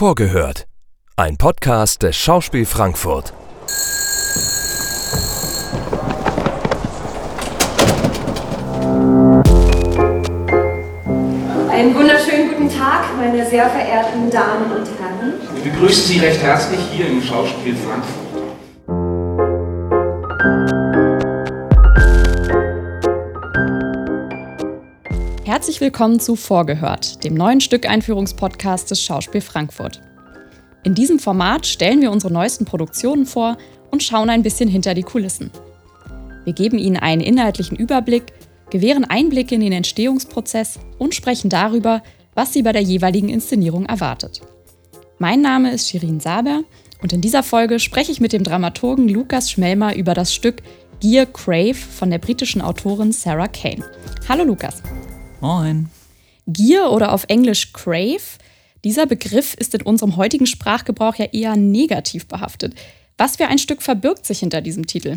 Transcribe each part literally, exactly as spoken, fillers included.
Vorgehört, ein Podcast des Schauspiel Frankfurt. Einen wunderschönen guten Tag, meine sehr verehrten Damen und Herren. Wir begrüßen Sie recht herzlich hier im Schauspiel Frankfurt. Herzlich willkommen zu Vorgehört, dem neuen Stück-Einführungspodcast des Schauspiel Frankfurt. In diesem Format stellen wir unsere neuesten Produktionen vor und schauen ein bisschen hinter die Kulissen. Wir geben Ihnen einen inhaltlichen Überblick, gewähren Einblicke in den Entstehungsprozess und sprechen darüber, was Sie bei der jeweiligen Inszenierung erwartet. Mein Name ist Shirin Saber und in dieser Folge spreche ich mit dem Dramaturgen Lukas Schmelmer über das Stück Gear Crave von der britischen Autorin Sarah Kane. Hallo Lukas. Moin. Gier oder auf Englisch Crave, dieser Begriff ist in unserem heutigen Sprachgebrauch ja eher negativ behaftet. Was für ein Stück verbirgt sich hinter diesem Titel?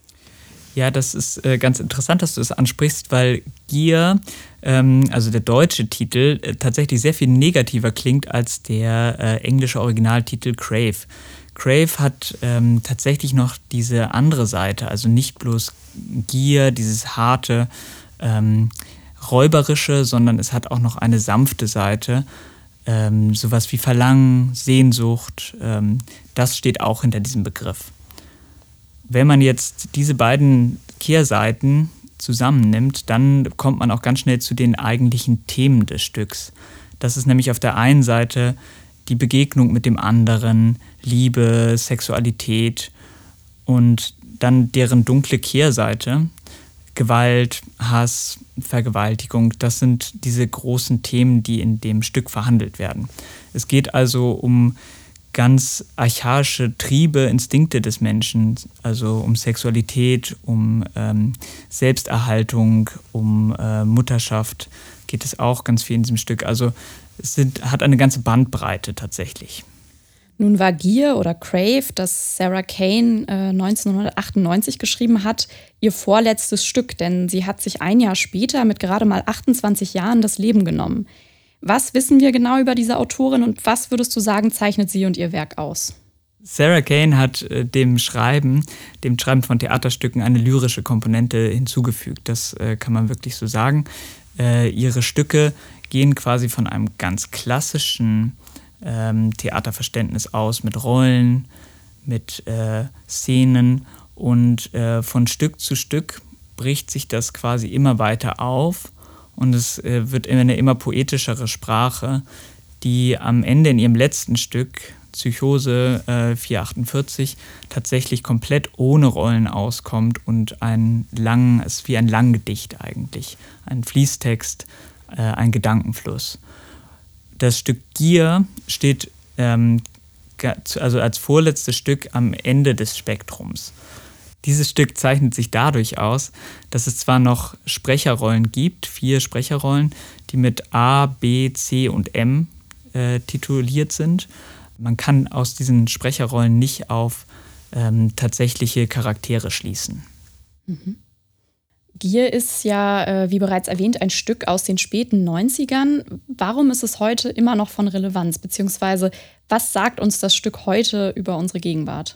Ja, das ist äh, ganz interessant, dass du das ansprichst, weil Gier, ähm, also der deutsche Titel, äh, tatsächlich sehr viel negativer klingt als der äh, englische Originaltitel Crave. Crave hat ähm, tatsächlich noch diese andere Seite, also nicht bloß Gier, dieses harte, ähm, räuberische, sondern es hat auch noch eine sanfte Seite, ähm, sowas wie Verlangen, Sehnsucht, ähm, das steht auch hinter diesem Begriff. Wenn man jetzt diese beiden Kehrseiten zusammennimmt, dann kommt man auch ganz schnell zu den eigentlichen Themen des Stücks. Das ist nämlich auf der einen Seite die Begegnung mit dem anderen, Liebe, Sexualität und dann deren dunkle Kehrseite, Gewalt, Hass, Vergewaltigung, das sind diese großen Themen, die in dem Stück verhandelt werden. Es geht also um ganz archaische Triebe, Instinkte des Menschen, also um Sexualität, um ähm, Selbsterhaltung, um äh, Mutterschaft geht es auch ganz viel in diesem Stück. Also es sind, hat eine ganze Bandbreite tatsächlich. Nun war Gier oder Crave, das Sarah Kane äh, neunzehnhundertachtundneunzig geschrieben hat, ihr vorletztes Stück, denn sie hat sich ein Jahr später mit gerade mal achtundzwanzig Jahren das Leben genommen. Was wissen wir genau über diese Autorin und was würdest du sagen, zeichnet sie und ihr Werk aus? Sarah Kane hat äh, dem Schreiben, dem Schreiben von Theaterstücken eine lyrische Komponente hinzugefügt. Das äh, kann man wirklich so sagen. Äh, ihre Stücke gehen quasi von einem ganz klassischen ähm, Theaterverständnis aus, mit Rollen, mit äh, Szenen und äh, von Stück zu Stück bricht sich das quasi immer weiter auf. Und es äh, wird immer eine immer poetischere Sprache, die am Ende in ihrem letzten Stück, Psychose äh, vierhundertachtundvierzig, tatsächlich komplett ohne Rollen auskommt und ein lang, es ist wie ein Langgedicht eigentlich, ein Fließtext, äh, ein Gedankenfluss. Das Stück Gier steht ähm, also als vorletztes Stück am Ende des Spektrums. Dieses Stück zeichnet sich dadurch aus, dass es zwar noch Sprecherrollen gibt, vier Sprecherrollen, die mit A, B, C und M äh, tituliert sind. Man kann aus diesen Sprecherrollen nicht auf ähm, tatsächliche Charaktere schließen. Mhm. Gier ist ja, äh, wie bereits erwähnt, ein Stück aus den späten neunzigern. Warum ist es heute immer noch von Relevanz? Beziehungsweise, was sagt uns das Stück heute über unsere Gegenwart?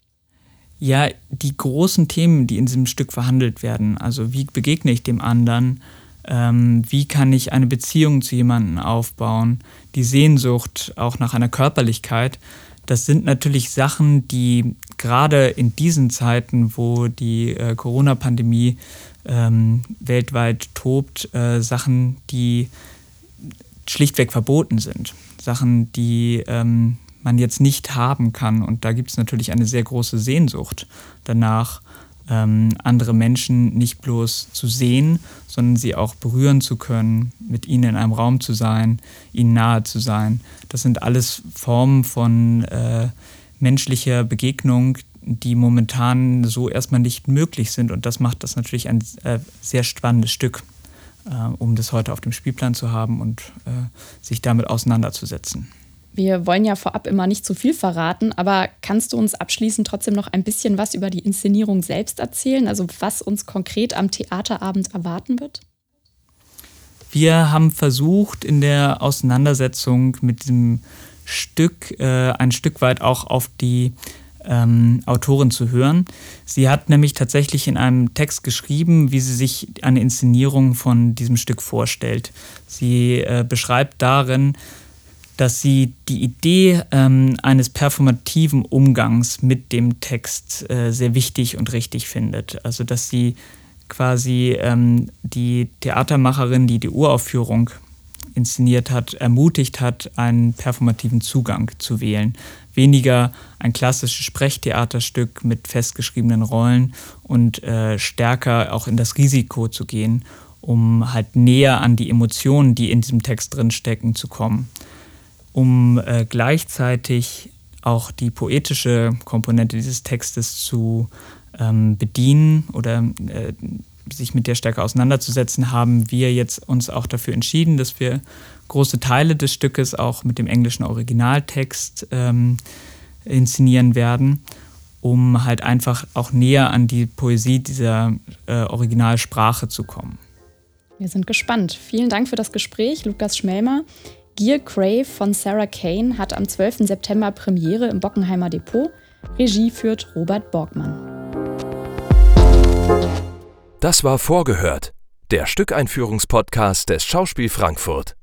Ja, die großen Themen, die in diesem Stück verhandelt werden, also wie begegne ich dem anderen, ähm, wie kann ich eine Beziehung zu jemandem aufbauen, die Sehnsucht auch nach einer Körperlichkeit, das sind natürlich Sachen, die gerade in diesen Zeiten, wo die äh, Corona-Pandemie ähm, weltweit tobt, äh, Sachen, die schlichtweg verboten sind, Sachen, die ähm, man jetzt nicht haben kann. Und da gibt es natürlich eine sehr große Sehnsucht danach, ähm, andere Menschen nicht bloß zu sehen, sondern sie auch berühren zu können, mit ihnen in einem Raum zu sein, ihnen nahe zu sein. Das sind alles Formen von äh, menschlicher Begegnung, die momentan so erstmal nicht möglich sind. Und das macht das natürlich ein äh, sehr spannendes Stück, äh, um das heute auf dem Spielplan zu haben und äh, sich damit auseinanderzusetzen. Wir wollen ja vorab immer nicht zu viel verraten, aber kannst du uns abschließend trotzdem noch ein bisschen was über die Inszenierung selbst erzählen? Also was uns konkret am Theaterabend erwarten wird? Wir haben versucht, in der Auseinandersetzung mit diesem Stück äh, ein Stück weit auch auf die ähm, Autorin zu hören. Sie hat nämlich tatsächlich in einem Text geschrieben, wie sie sich eine Inszenierung von diesem Stück vorstellt. Sie äh, beschreibt darin, dass sie die Idee ähm, eines performativen Umgangs mit dem Text äh, sehr wichtig und richtig findet. Also dass sie quasi ähm, die Theatermacherin, die die Uraufführung inszeniert hat, ermutigt hat, einen performativen Zugang zu wählen. Weniger ein klassisches Sprechtheaterstück mit festgeschriebenen Rollen und äh, stärker auch in das Risiko zu gehen, um halt näher an die Emotionen, die in diesem Text drin stecken, zu kommen. Um äh, gleichzeitig auch die poetische Komponente dieses Textes zu ähm, bedienen oder äh, sich mit der stärker auseinanderzusetzen, haben wir jetzt uns auch dafür entschieden, dass wir große Teile des Stückes auch mit dem englischen Originaltext ähm, inszenieren werden, um halt einfach auch näher an die Poesie dieser äh, Originalsprache zu kommen. Wir sind gespannt. Vielen Dank für das Gespräch, Lukas Schmelmer. Gear Crave von Sarah Kane hat am zwölften September Premiere im Bockenheimer Depot. Regie führt Robert Borgmann. Das war Vorgehört, der Stückeinführungspodcast des Schauspiel Frankfurt.